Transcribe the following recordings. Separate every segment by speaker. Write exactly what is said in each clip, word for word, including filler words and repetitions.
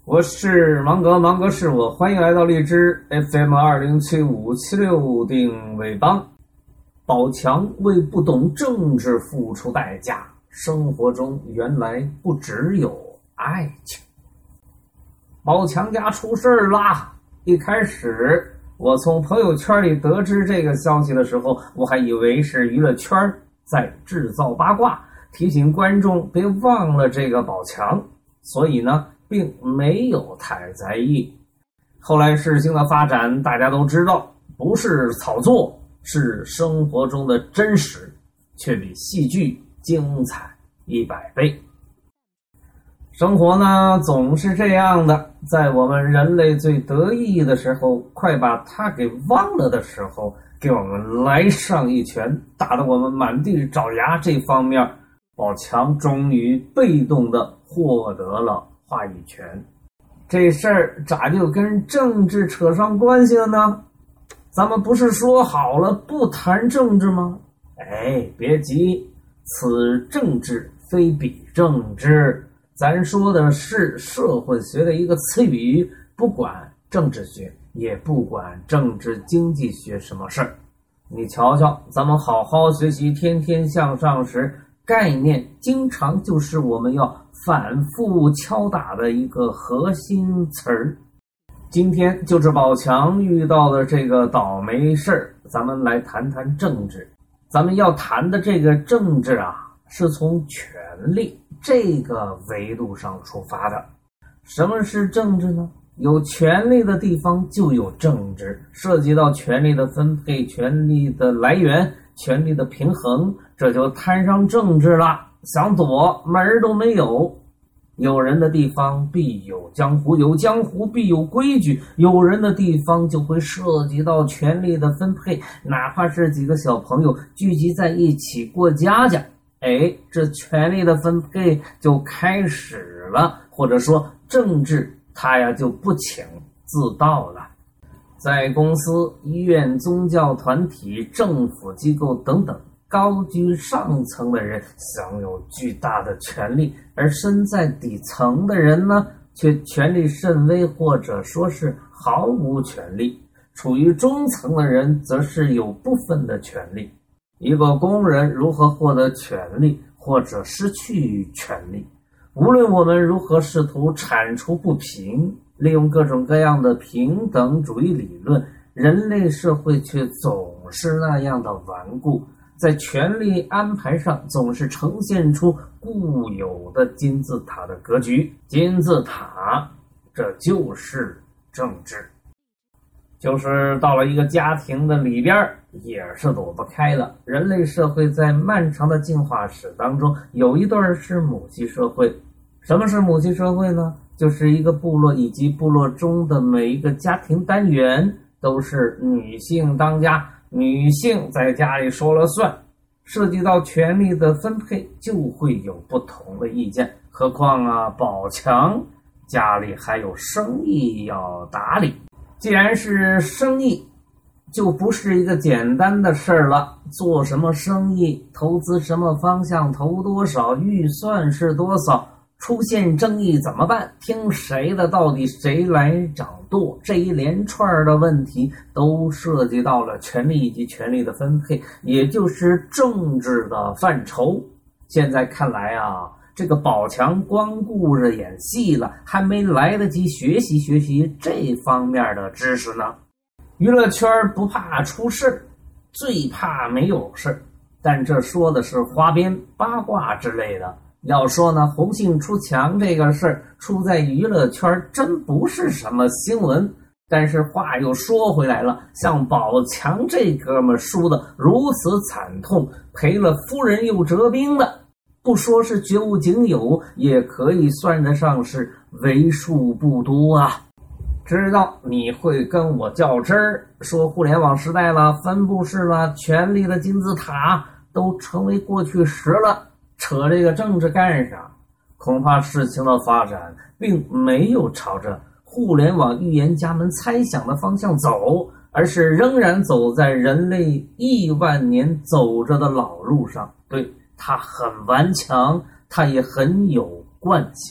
Speaker 1: 我是芒格，芒格是我，欢迎来到荔枝 F M 二零七五七六定位帮。宝强为不懂政治付出代价，生活中原来不只有爱情。宝强家出事儿啦！一开始我从朋友圈里得知这个消息的时候，我还以为是娱乐圈在制造八卦，提醒观众别忘了这个宝强，所以呢并没有太在意。后来事情的发展大家都知道，不是炒作，是生活中的真实，却比戏剧精彩一百倍。生活呢总是这样的，在我们人类最得意的时候，快把它给忘了的时候，给我们来上一拳，打得我们满地找牙。这方面宝强终于被动的获得了话语权。这事儿咋就跟政治扯上关系了呢？咱们不是说好了不谈政治吗？哎，别急，此政治非彼政治，咱说的是社会学的一个词语，不管政治学，也不管政治经济学什么事儿。你瞧瞧，咱们好好学习，天天向上时，概念经常就是我们要反复敲打的一个核心词儿。今天就是宝强遇到的这个倒霉事儿，咱们来谈谈政治。咱们要谈的这个政治啊，是从权力这个维度上出发的。什么是政治呢？有权力的地方就有政治，涉及到权力的分配、权力的来源、权力的平衡，这就摊上政治了。想躲门儿都没有。有人的地方必有江湖，有江湖必有规矩，有人的地方就会涉及到权力的分配，哪怕是几个小朋友聚集在一起过家家，哎，这权力的分配就开始了，或者说政治它呀就不请自到了。在公司、医院、宗教团体、政府机构等等，高居上层的人享有巨大的权力，而身在底层的人呢，却权力甚微，或者说是毫无权力。处于中层的人则是有部分的权利。一个工人如何获得权利，或者失去权利，无论我们如何试图铲除不平，利用各种各样的平等主义理论，人类社会却总是那样的顽固，在权力安排上总是呈现出固有的金字塔的格局。金字塔，这就是政治。就是到了一个家庭的里边，也是躲不开的。人类社会在漫长的进化史当中，有一段是母系社会。什么是母系社会呢？就是一个部落以及部落中的每一个家庭单元都是女性当家，女性在家里说了算，涉及到权力的分配就会有不同的意见。何况啊，宝强家里还有生意要打理。既然是生意，就不是一个简单的事儿了。做什么生意，投资什么方向，投多少，预算是多少，出现争议怎么办，听谁的，到底谁来掌舵，这一连串的问题都涉及到了权力以及权力的分配，也就是政治的范畴。现在看来啊，这个宝强光顾着演戏了，还没来得及学习学习这方面的知识呢。娱乐圈不怕出事，最怕没有事，但这说的是花边八卦之类的。要说呢，红杏出墙这个事儿出在娱乐圈真不是什么新闻。但是话又说回来了，像宝强这哥们输的如此惨痛，赔了夫人又折兵的，不说是绝无仅有，也可以算得上是为数不多啊。知道你会跟我较真儿，说互联网时代了，分布式了，权力的金字塔都成为过去时了，扯这个政治干啥？恐怕事情的发展并没有朝着互联网预言家们猜想的方向走，而是仍然走在人类亿万年走着的老路上。对，它很顽强，它也很有惯性。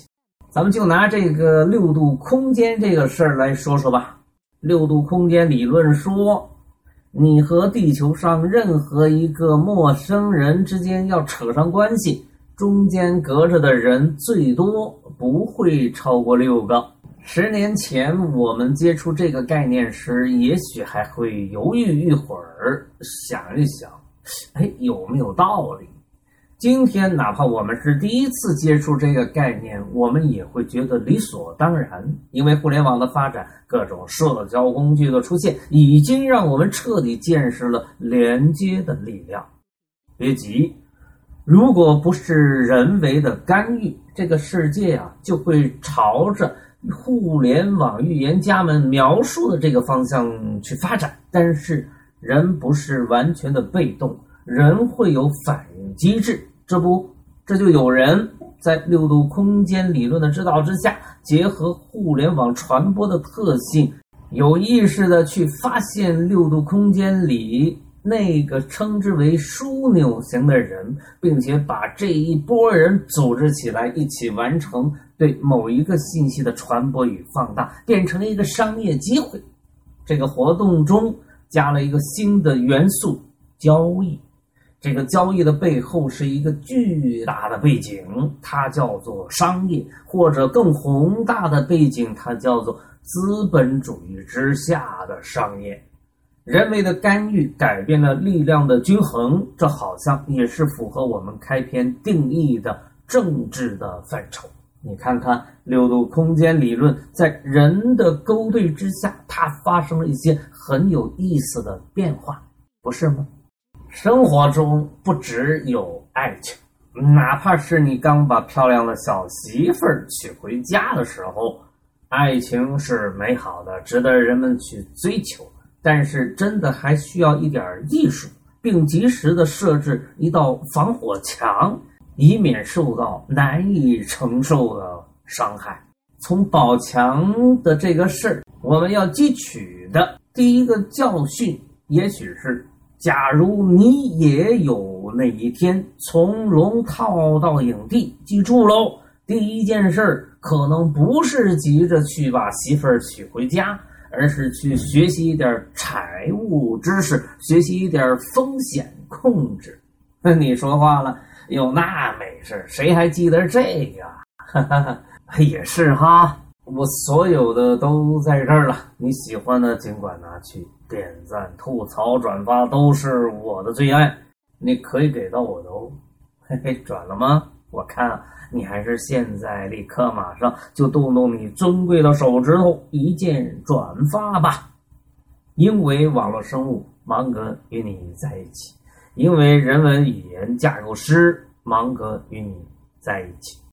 Speaker 1: 咱们就拿这个六度空间这个事儿来说说吧。六度空间理论说，你和地球上任何一个陌生人之间要扯上关系，中间隔着的人最多不会超过六个。十年前我们接触这个概念时，也许还会犹豫一会儿，想一想，哎，有没有道理？今天哪怕我们是第一次接触这个概念，我们也会觉得理所当然，因为互联网的发展，各种社交工具的出现，已经让我们彻底见识了连接的力量。别急，如果不是人为的干预，这个世界啊就会朝着互联网预言家们描述的这个方向去发展。但是人不是完全的被动，人会有反应机制。这不，这就有人在六度空间理论的指导之下，结合互联网传播的特性，有意识的去发现六度空间里那个称之为枢纽型的人，并且把这一波人组织起来，一起完成对某一个信息的传播与放大，变成了一个商业机会。这个活动中加了一个新的元素，交易。这个交易的背后是一个巨大的背景，它叫做商业，或者更宏大的背景，它叫做资本主义之下的商业。人为的干预改变了力量的均衡，这好像也是符合我们开篇定义的政治的范畴。你看看六度空间理论在人的勾兑之下，它发生了一些很有意思的变化，不是吗？生活中不只有爱情，哪怕是你刚把漂亮的小媳妇儿娶回家的时候，爱情是美好的，值得人们去追求。但是真的还需要一点艺术，并及时的设置一道防火墙，以免受到难以承受的伤害。从宝强的这个事儿，我们要汲取的第一个教训，也许是假如你也有那一天从龙套到影帝，记住喽，第一件事可能不是急着去把媳妇儿娶回家，而是去学习一点财务知识，学习一点风险控制。你说话了，有那没事，谁还记得这个？哈哈，也是哈，我所有的都在这儿了，你喜欢的尽管拿去点赞、吐槽、转发，都是我的最爱，你可以给到我的哦。嘿嘿，转了吗？我看你还是现在立刻马上就动动你尊贵的手指头，一键转发吧。因为网络生物，芒格与你在一起；因为人文语言架构师，芒格与你在一起。